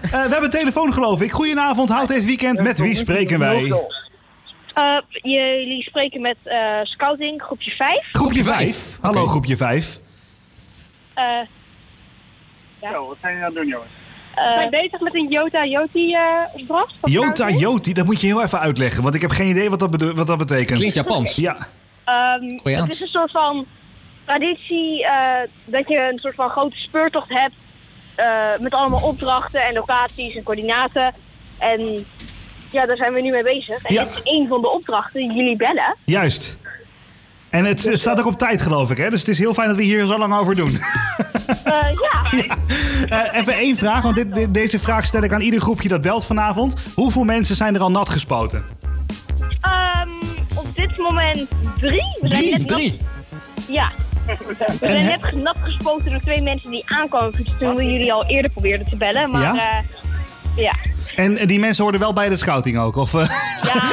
We hebben een telefoon, geloof ik. Goedenavond, Houd het Weekend. Met wie spreken wij? Jullie spreken met Scouting, groepje 5. Groepje 5. Hallo, groepje 5. Ja. Zo, wat zijn jullie aan het doen, jongens? We zijn bezig met een Jota-Joti-opdracht. Jota-Joti, dat moet je heel even uitleggen. Want ik heb geen idee wat dat betekent. Klinkt Japans. Ja. Het is een soort van traditie dat je een soort van grote speurtocht hebt. Met allemaal opdrachten en locaties en coördinaten. En ja, daar zijn we nu mee bezig. En dit is één van de opdrachten die jullie bellen. Juist. En het staat ook op tijd, geloof ik, hè? Dus het is heel fijn dat we hier zo lang over doen. Ja. Even één vraag, want deze vraag stel ik aan ieder groepje dat belt vanavond. Hoeveel mensen zijn er al nat gespoten? Op dit moment 3. We zijn net 3? Ja. We zijn net nat gespoten door 2 mensen die aankomen. Toen we jullie al eerder probeerden te bellen. Maar ja. En die mensen hoorden wel bij de scouting ook? Of, Ja.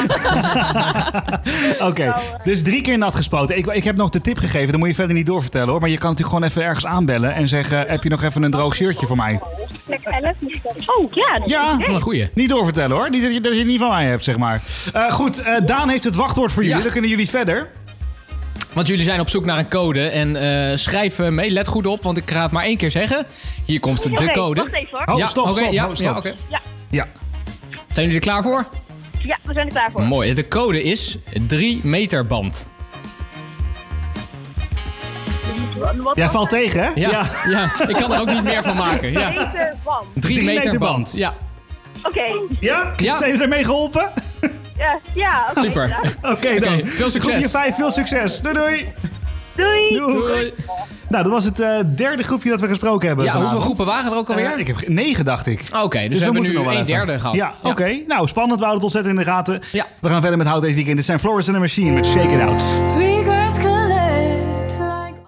Oké, dus 3 keer nat gespoten. Ik heb nog de tip gegeven, dat moet je verder niet doorvertellen hoor. Maar je kan natuurlijk gewoon even ergens aanbellen en zeggen... heb je nog even een droog shirtje voor mij? Plek 11. Oh, ja. Ja, een goeie. Niet doorvertellen hoor. Niet dat je het niet van mij hebt, zeg maar. Goed, Daan heeft het wachtwoord voor jullie. Dan kunnen jullie verder. Want jullie zijn op zoek naar een code en schrijf mee. Let goed op, want ik ga het maar 1 keer zeggen. Hier komt de code. Wacht even hoor. Oh, stop. Ja. Zijn jullie er klaar voor? Ja, we zijn er klaar voor. Mooi. De code is 3 meter band. Jij valt tegen, hè? Ja. Ik kan er ook niet meer van maken. Ja. 3 meter band. 3 meter band. Ja. Oké. Ja? Zijn jullie ermee geholpen? Ja. Okay. Super. Oké, dan. Veel succes. Groepje 5, veel succes. Doei. Doei. Nou, dat was het derde groepje dat we gesproken hebben. Ja, vanavond. hoeveel groepen waren er ook alweer? Ik heb 9, dacht ik. Oké, dus we hebben nu 1/3 gehad. Ja, oké. Nou, spannend. We houden het ontzettend in de gaten. Ja. We gaan verder met Houd Deze Weekend. Dit zijn Florence and the Machine met Shake It Out.